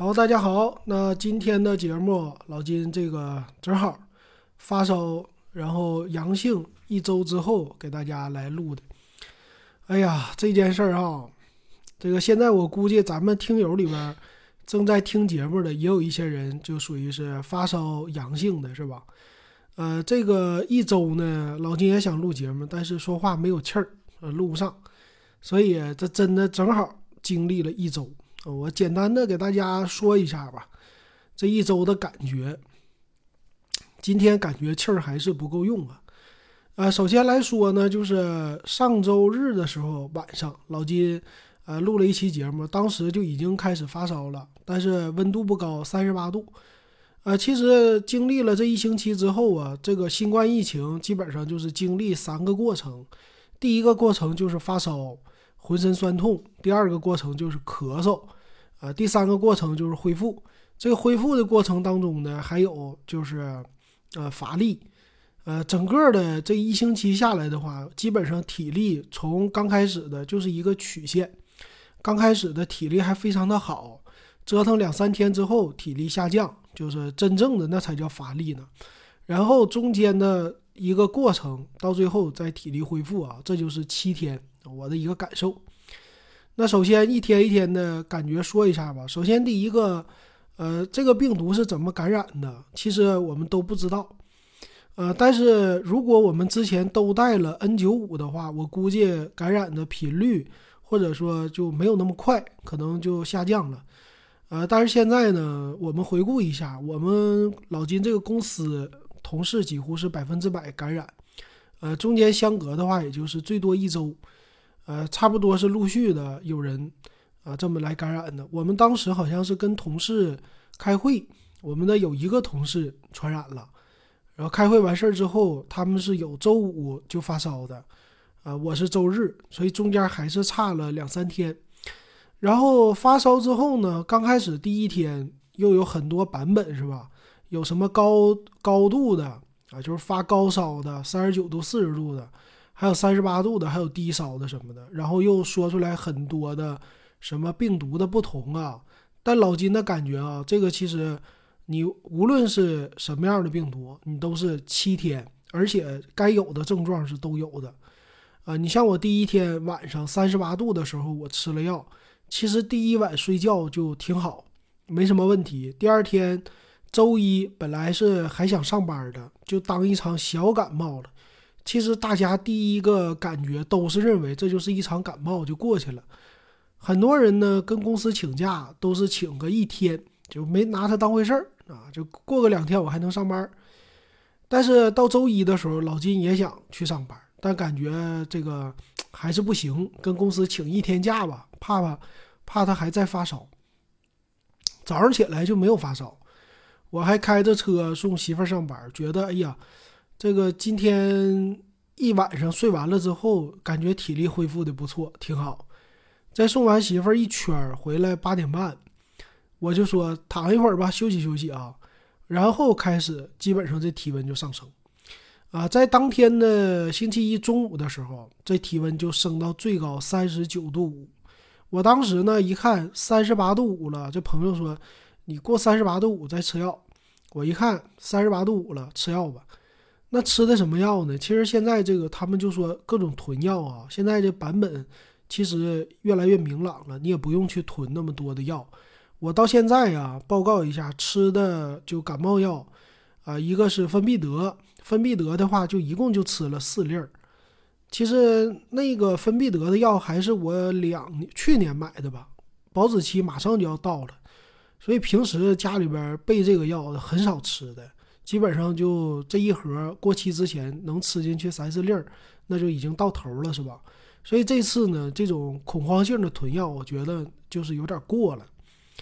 好，大家好。那今天的节目，老金这个正好发烧，然后阳性一周之后给大家来录的。哎呀，这件事儿哈，这个现在我估计咱们听友里边正在听节目的也有一些人就属于是发烧阳性的，是吧？这个一周呢，老金也想录节目，但是说话没有气儿，录不上，所以这真的正好经历了一周。我简单的给大家说一下吧，这一周的感觉。今天感觉气儿还是不够用啊。首先来说呢，就是上周日的时候晚上，老金录了一期节目，当时就已经开始发烧了，但是温度不高，38度。其实经历了这一星期之后啊，这个新冠疫情基本上就是经历三个过程。第一个过程就是发烧，浑身酸痛；第二个过程就是咳嗽，第三个过程就是恢复。这个恢复的过程当中呢，还有就是乏力。整个的这一星期下来的话，基本上体力从刚开始的就是一个曲线，刚开始的体力还非常的好，折腾2-3天之后体力下降，就是真正的那才叫乏力呢。然后中间的一个过程到最后再体力恢复啊，这就是7天我的一个感受。那首先一天一天的感觉说一下吧。首先第一个，这个病毒是怎么感染的？其实我们都不知道。但是如果我们之前都带了 N95的话，我估计感染的频率或者说就没有那么快，可能就下降了。但是现在呢，我们回顾一下，我们老金这个公司同事几乎是100%感染，中间相隔的话也就是最多一周，差不多是陆续的有人这么来感染的。我们当时好像是跟同事开会，我们的有一个同事传染了。然后开会完事儿之后，他们是有周五就发烧的，我是周日，所以中间还是差了2-3天。然后发烧之后呢，刚开始第一天又有很多版本是吧？有什么高度的就是发高烧的39度、40度的，还有38度的，还有低烧的什么的。然后又说出来很多的什么病毒的不同啊。但老金的感觉啊，这个其实你无论是什么样的病毒，你都是7天，而且该有的症状是都有的。你像我第一天晚上38度的时候，我吃了药，其实第一晚睡觉就挺好，没什么问题。第二天周一本来是还想上班的，就当一场小感冒了。其实大家第一个感觉都是认为这就是一场感冒就过去了。很多人呢跟公司请假都是请个一天，就没拿它当回事儿就过个2天我还能上班。但是到周一的时候，老金也想去上班，但感觉这个还是不行，跟公司请一天假吧，怕他还在发烧。早上起来就没有发烧，我还开着车送媳妇儿上班，觉得哎呀，这个今天一晚上睡完了之后，感觉体力恢复的不错，挺好。再送完媳妇儿一圈回来8点半，我就说躺一会儿吧，休息休息啊。然后开始基本上这体温就上升在当天的星期一中午的时候，这体温就升到最高39.5度。我当时呢一看38.5度了，这朋友说你过38.5度再吃药。我一看38.5度了，吃药吧。那吃的什么药呢？其实现在这个他们就说各种囤药啊，现在这版本其实越来越明朗了，你也不用去囤那么多的药。我到现在报告一下吃的就感冒药一个是芬必得，芬必得的话就一共就吃了4粒儿。其实那个芬必得的药还是我去年买的吧，保质期马上就要到了，所以平时家里边备这个药很少吃的，基本上就这一盒过期之前能吃进去3-4粒儿，那就已经到头了，是吧？所以这次呢，这种恐慌性的囤药，我觉得就是有点过了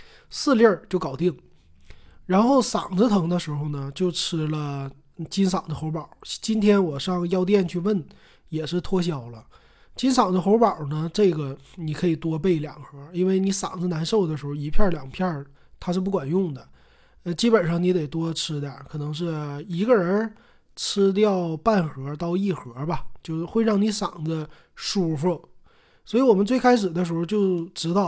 ，4粒儿就搞定。然后嗓子疼的时候呢，就吃了金嗓子喉宝。今天我上药店去问，也是脱销了。金嗓子喉宝呢，这个你可以多备2盒，因为你嗓子难受的时候，1片2片它是不管用的。基本上你得多吃点，可能是一个人吃掉半盒到1盒吧，就是会让你嗓子舒服。所以我们最开始的时候就知道，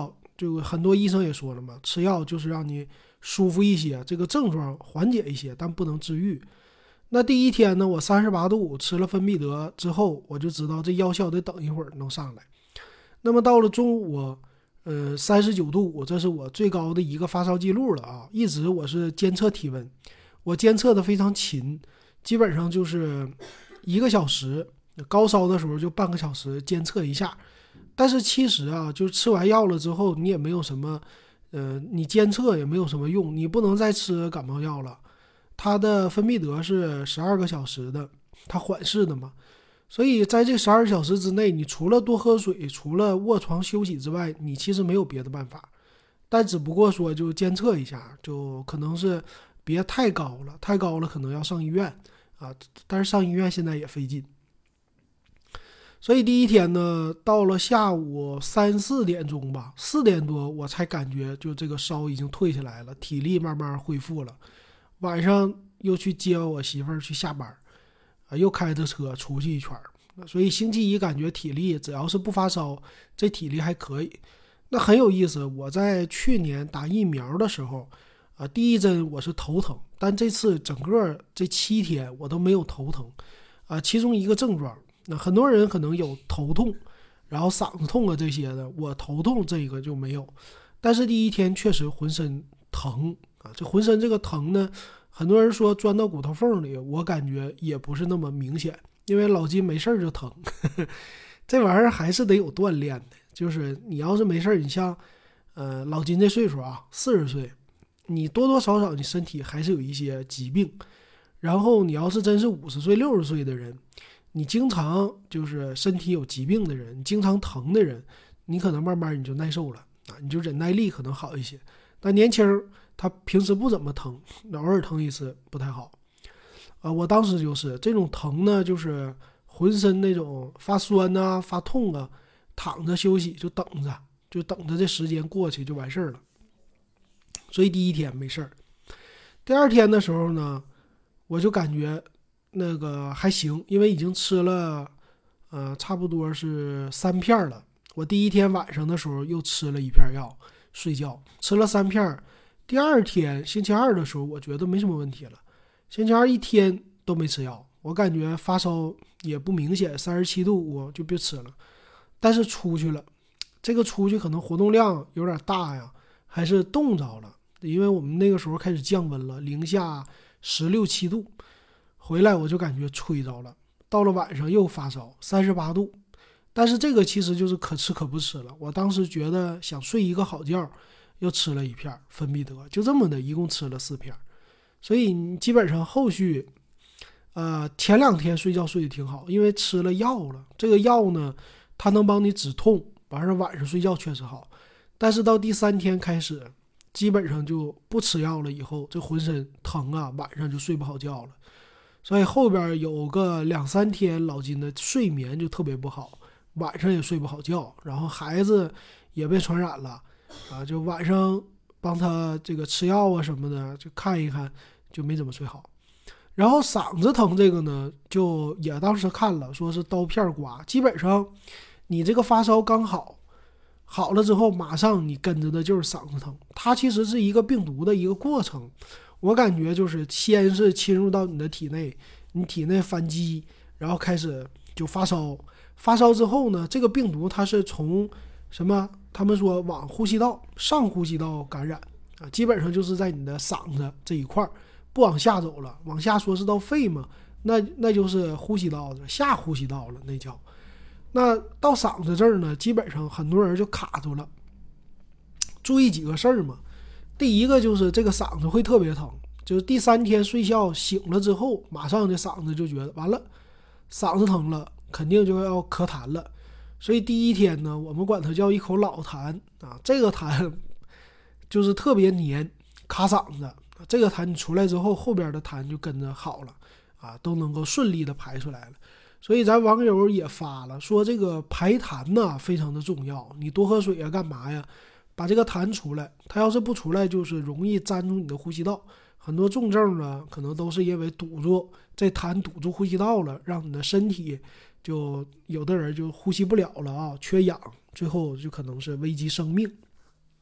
就很多医生也说了嘛，吃药就是让你舒服一些，这个症状缓解一些，但不能治愈。那第一天呢，我38度吃了芬必得之后，我就知道这药效得等一会儿能上来。那么到了中午39度，这是我最高的一个发烧记录了啊！一直我是监测体温，我监测的非常勤，基本上就是1个小时，高烧的时候就半个小时监测一下。但是其实啊，就吃完药了之后，你也没有什么，你监测也没有什么用，你不能再吃感冒药了。它的芬必得是12个小时的，它缓释的嘛。所以在这12小时之内，你除了多喝水，除了卧床休息之外，你其实没有别的办法。但只不过说就监测一下，就可能是别太高了，太高了可能要上医院啊。但是上医院现在也费劲。所以第一天呢，到了下午3、4点钟吧，4点多我才感觉就这个烧已经退下来了，体力慢慢恢复了。晚上又去接我媳妇儿去下班。又开着车出去一圈，所以星期一感觉体力只要是不发烧，这体力还可以。那很有意思，我在去年打疫苗的时候，第一针我是头疼，但这次整个这7天我都没有头疼，其中一个症状，那很多人可能有头痛，然后嗓子痛啊这些的，我头痛这个就没有，但是第一天确实浑身疼啊，这浑身这个疼呢。很多人说钻到骨头缝里，我感觉也不是那么明显，因为老金没事就疼，这玩意儿还是得有锻炼的。就是你要是没事，你像老金这岁数啊，40岁，你多多少少你身体还是有一些疾病。然后你要是真是50岁、60岁的人，你经常就是身体有疾病的人，你经常疼的人，你可能慢慢你就耐受了啊，你就忍耐力可能好一些。但年轻他平时不怎么疼，偶尔疼一次不太好。我当时就是这种疼呢，就是浑身那种发酸啊、发痛啊，躺着休息就等着这时间过去就完事儿了。所以第一天没事儿。第二天的时候呢，我就感觉那个还行，因为已经吃了差不多是3片了。我第一天晚上的时候又吃了1片药，睡觉吃了3片。第二天星期二的时候，我觉得没什么问题了。星期二一天都没吃药，我感觉发烧也不明显，37度我就别吃了。但是出去了，这个出去可能活动量有点大呀，还是冻着了。因为我们那个时候开始降温了，零下16、17度，回来我就感觉吹着了。到了晚上又发烧38度，但是这个其实就是可吃可不吃了。我当时觉得想睡一个好觉，又吃了1片芬必得，就这么的，一共吃了4片。所以你基本上后续，前2天睡觉睡得挺好，因为吃了药了。这个药呢，它能帮你止痛，完事晚上睡觉确实好。但是到第3天开始，基本上就不吃药了，以后这浑身疼啊，晚上就睡不好觉了。所以后边有个2-3天，老金的睡眠就特别不好，晚上也睡不好觉，然后孩子也被传染了。就晚上帮他这个吃药啊什么的，就看一看，就没怎么睡好。然后嗓子疼这个呢，就也当时看了，说是刀片刮，基本上你这个发烧刚好了之后，马上你跟着的就是嗓子疼。它其实是一个病毒的一个过程，我感觉就是先是侵入到你的体内，你体内反击，然后开始就发烧。发烧之后呢，这个病毒它是从什么？他们说往呼吸道、上呼吸道感染啊，基本上就是在你的嗓子这一块，不往下走了，往下说是到肺嘛，那就是呼吸道的下呼吸道了，那叫。那到嗓子这儿呢，基本上很多人就卡住了。注意几个事儿嘛，第一个就是这个嗓子会特别疼，就是第3天睡觉醒了之后，马上这嗓子就觉得完了，嗓子疼了，肯定就要咳痰了。所以第一天呢，我们管它叫一口老痰啊，这个痰就是特别黏，卡嗓子。这个痰你出来之后，后边的痰就跟着好了啊，都能够顺利的排出来了。所以咱网友也发了，说这个排痰呢非常的重要，你多喝水啊，干嘛呀？把这个痰出来，它要是不出来，就是容易粘住你的呼吸道。很多重症呢，可能都是因为堵住这痰堵住呼吸道了，让你的身体有的人就呼吸不了了啊，缺氧，最后就可能是危及生命。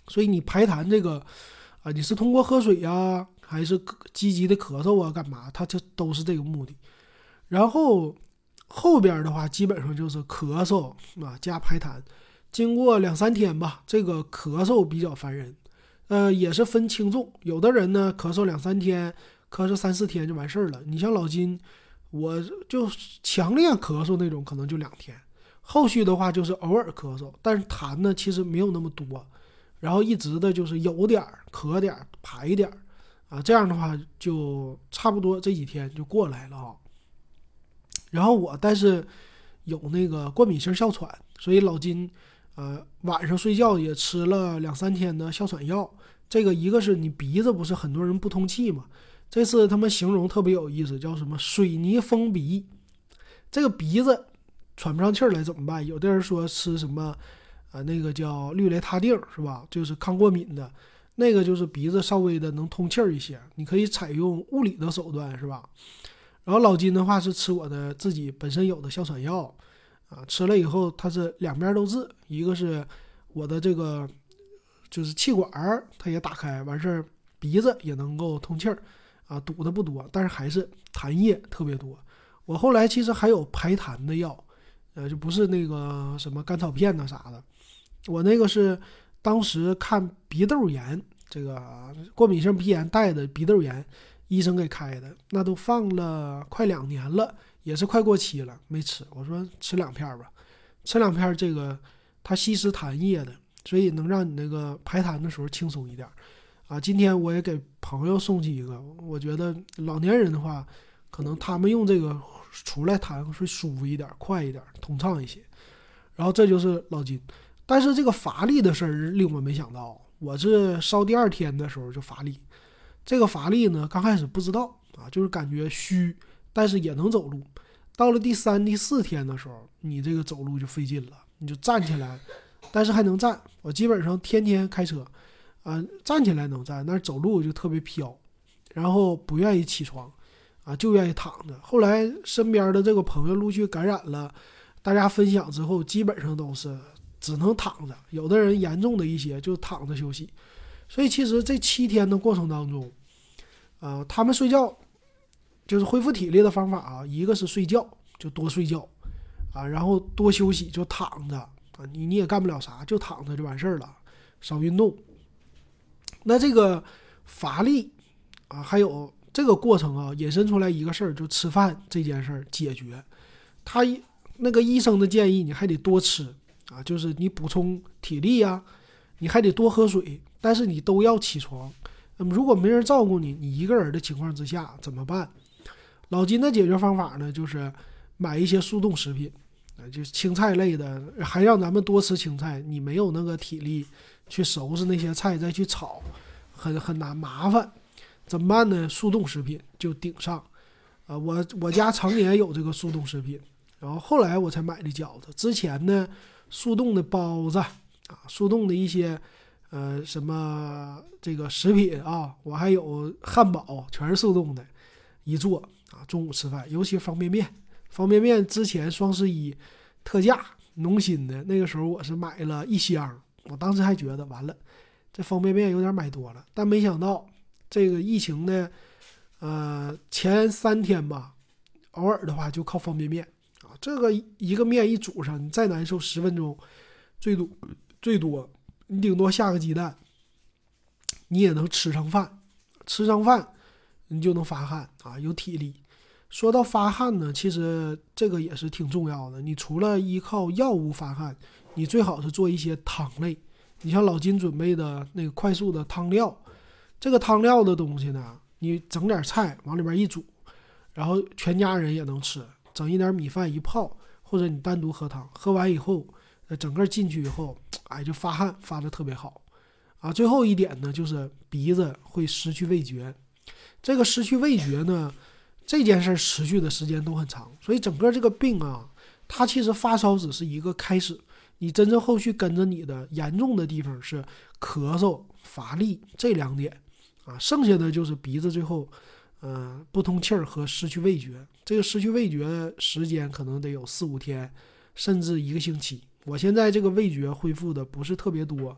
所以你排痰这个你是通过喝水呀，还是积极的咳嗽啊，干嘛？它就都是这个目的。然后后边的话，基本上就是咳嗽加排痰。经过2-3天吧，这个咳嗽比较烦人，也是分轻重。有的人呢，咳嗽2-3天，咳嗽3-4天就完事儿了。你像老金，我就强烈咳嗽那种，可能就2天。后续的话就是偶尔咳嗽，但是痰呢其实没有那么多，然后一直的就是有点儿咳点儿排点儿这样的话就差不多这几天就过来了啊。然后但是有那个过敏性哮喘，所以老金晚上睡觉也吃了2-3天的哮喘药。这个一个是你鼻子不是很多人不通气嘛，这次他们形容特别有意思，叫什么水泥封鼻。这个鼻子喘不上气儿来怎么办？有的人说吃什么那个叫氯雷他定是吧？就是抗过敏的，那个就是鼻子稍微的能通气儿一些，你可以采用物理的手段是吧？然后老金的话是吃我的自己本身有的哮喘药吃了以后它是两边都治，一个是我的这个就是气管它也打开完事儿，鼻子也能够通气儿堵的不多，但是还是痰液特别多。我后来其实还有排痰的药，就不是那个什么甘草片啥的，我那个是当时看鼻窦炎，这个过敏性鼻炎带的鼻窦炎，医生给开的，那都放了快2年了，也是快过期了，没吃。我说吃2片吧，吃2片这个它吸湿痰液的，所以能让你那个排痰的时候轻松一点今天我也给朋友送去一个，我觉得老年人的话，可能他们用这个出来痰会舒服一点，快一点，通畅一些。然后这就是老金，但是这个乏力的事儿令我没想到，我是烧第2天的时候就乏力。这个乏力呢，刚开始不知道就是感觉虚，但是也能走路。到了第3、第4天的时候，你这个走路就费劲了，你就站起来，但是还能站。我基本上天天开车站起来能站，但是走路就特别飘，然后不愿意起床就愿意躺着。后来身边的这个朋友陆续感染了，大家分享之后，基本上都是只能躺着，有的人严重的一些就躺着休息。所以其实这7天的过程当中他们睡觉就是恢复体力的方法一个是睡觉，就多睡觉然后多休息，就躺着你也干不了啥，就躺着就完事儿了，少运动。那这个乏力还有这个过程引申出来一个事儿，就吃饭这件事儿解决。他那个医生的建议，你还得多吃就是你补充体力你还得多喝水，但是你都要起床。那么如果没人照顾你，你一个人的情况之下怎么办？老金的解决方法呢，就是买一些速冻食品就是青菜类的，还让咱们多吃青菜。你没有那个体力去收拾那些菜再去炒，很难麻烦。怎么办呢？速冻食品就顶上我家常年有这个速冻食品，然后后来我才买的饺子。之前呢，速冻的包子速冻的一些什么这个食品我还有汉堡，全是速冻的。一做中午吃饭，尤其方便面。方便面之前双11特价农心的，那个时候我是买了1箱，我当时还觉得完了，这方便面有点买多了，但没想到这个疫情的前3天吧，偶尔的话就靠方便面这个一个面一煮上，你再难受10分钟，最多你顶多下个鸡蛋，你也能吃上饭，吃上饭你就能发汗有体力。说到发汗呢，其实这个也是挺重要的。你除了依靠药物发汗，你最好是做一些汤类。你像老金准备的那个快速的汤料，这个汤料的东西呢，你整点菜往里边一煮，然后全家人也能吃，整一点米饭一泡，或者你单独喝汤，喝完以后整个进去以后就发汗发的特别好最后一点呢，就是鼻子会失去味觉。这个失去味觉呢，这件事持续的时间都很长，所以整个这个病它其实发烧只是一个开始，你真正后续跟着你的严重的地方是咳嗽、乏力这2点剩下的就是鼻子最后不通气儿和失去味觉。这个失去味觉时间可能得有4-5天，甚至1个星期。我现在这个味觉恢复的不是特别多，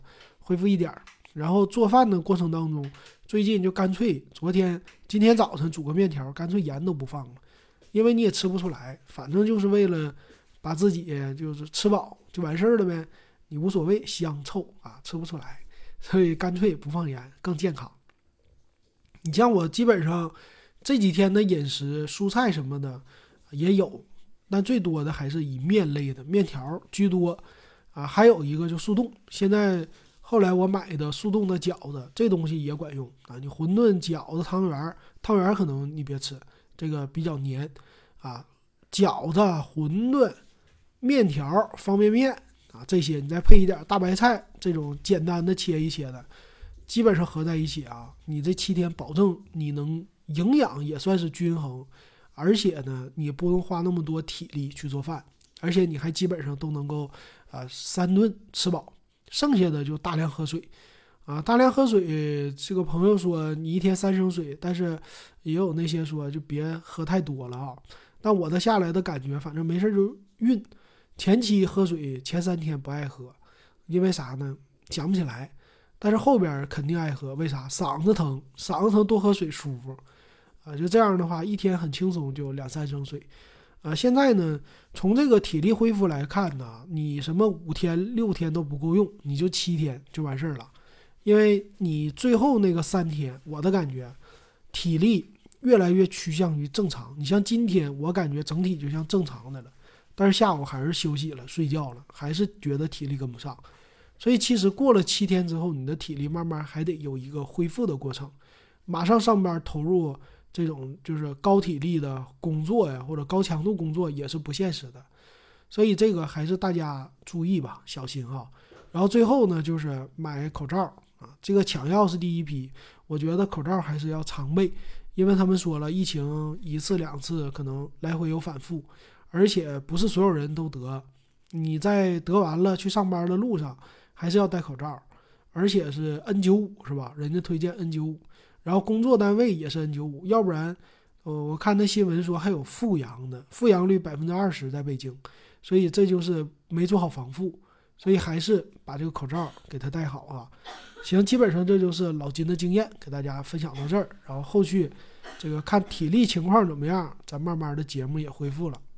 恢复一点儿。然后做饭的过程当中，最近就干脆今天早晨煮个面条，干脆盐都不放了，因为你也吃不出来，反正就是为了把自己就是吃饱就完事儿了呗，你无所谓香臭啊，吃不出来，所以干脆不放盐，更健康。你像我基本上这几天的饮食，蔬菜什么的也有，但最多的还是以面类的面条居多啊，还有一个就速冻，后来我买的速冻的饺子，这东西也管用啊。你馄饨、饺子、汤圆可能你别吃，这个比较黏啊。饺子、馄饨、面条、方便面啊，这些你再配一点大白菜，这种简单的切一切的，基本上合在一起啊，你这7天保证你能营养也算是均衡，而且呢，你不用花那么多体力去做饭，而且你还基本上都能够3顿吃饱。剩下的就大量喝水啊，大量喝水。这个朋友说你一天3升水，但是也有那些说就别喝太多了啊。但我的下来的感觉，反正没事就晕。前期喝水前3天不爱喝，因为啥呢？想不起来。但是后边肯定爱喝，为啥？嗓子疼，多喝水舒服啊。就这样的话，一天很轻松就2-3升水。现在呢，从这个体力恢复来看呢，你什么5天6天都不够用，你就7天就完事儿了。因为你最后那个3天，我的感觉体力越来越趋向于正常。你像今天，我感觉整体就像正常的了，但是下午还是休息了，睡觉了，还是觉得体力跟不上。所以其实过了7天之后，你的体力慢慢还得有一个恢复的过程。马上上班投入这种就是高体力的工作呀，或者高强度工作也是不现实的，所以这个还是大家注意吧，小心啊。然后最后呢，就是买口罩啊，这个抢药是第一批，我觉得口罩还是要常备，因为他们说了，疫情1次2次可能来回有反复，而且不是所有人都得，你在得完了去上班的路上还是要戴口罩，而且是 N95 是吧？人家推荐 N95。然后工作单位也是 N95，要不然，我看那新闻说还有复阳的，复阳率20%在北京，所以这就是没做好防护，所以还是把这个口罩给它戴好啊。行，基本上这就是老金的经验，给大家分享到这儿，然后后续这个看体力情况怎么样，咱慢慢的节目也恢复了。